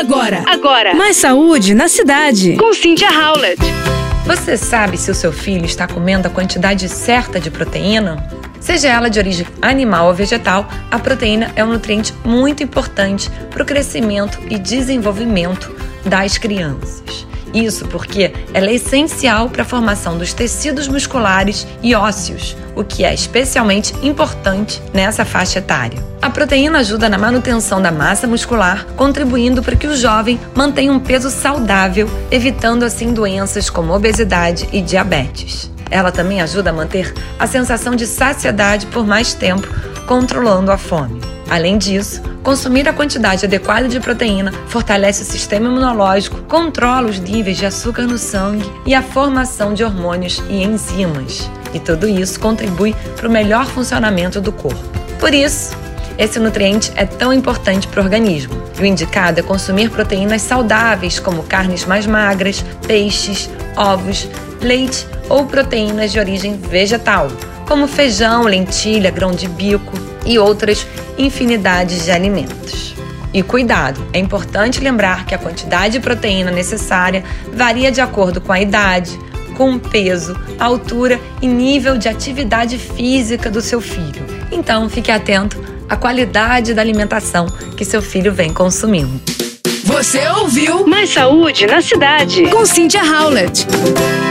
Agora. Mais saúde na cidade. Com Cynthia Howlett. Você sabe se o seu filho está comendo a quantidade certa de proteína? Seja ela de origem animal ou vegetal, a proteína é um nutriente muito importante para o crescimento e desenvolvimento das crianças. Isso porque ela é essencial para a formação dos tecidos musculares e ósseos, o que é especialmente importante nessa faixa etária. A proteína ajuda na manutenção da massa muscular, contribuindo para que o jovem mantenha um peso saudável, evitando assim doenças como obesidade e diabetes. Ela também ajuda a manter a sensação de saciedade por mais tempo, controlando a fome. Além disso, consumir a quantidade adequada de proteína fortalece o sistema imunológico, controla os níveis de açúcar no sangue e a formação de hormônios e enzimas. E tudo isso contribui para o melhor funcionamento do corpo. Por isso, esse nutriente é tão importante para o organismo. E o indicado é consumir proteínas saudáveis, como carnes mais magras, peixes, ovos, leite ou proteínas de origem vegetal, como feijão, lentilha, grão de bico e outras infinidades de alimentos. E cuidado, é importante lembrar que a quantidade de proteína necessária varia de acordo com a idade, com o peso, a altura e nível de atividade física do seu filho. Então, fique atento à qualidade da alimentação que seu filho vem consumindo. Você ouviu Mais saúde na cidade. Com Cynthia Howlett.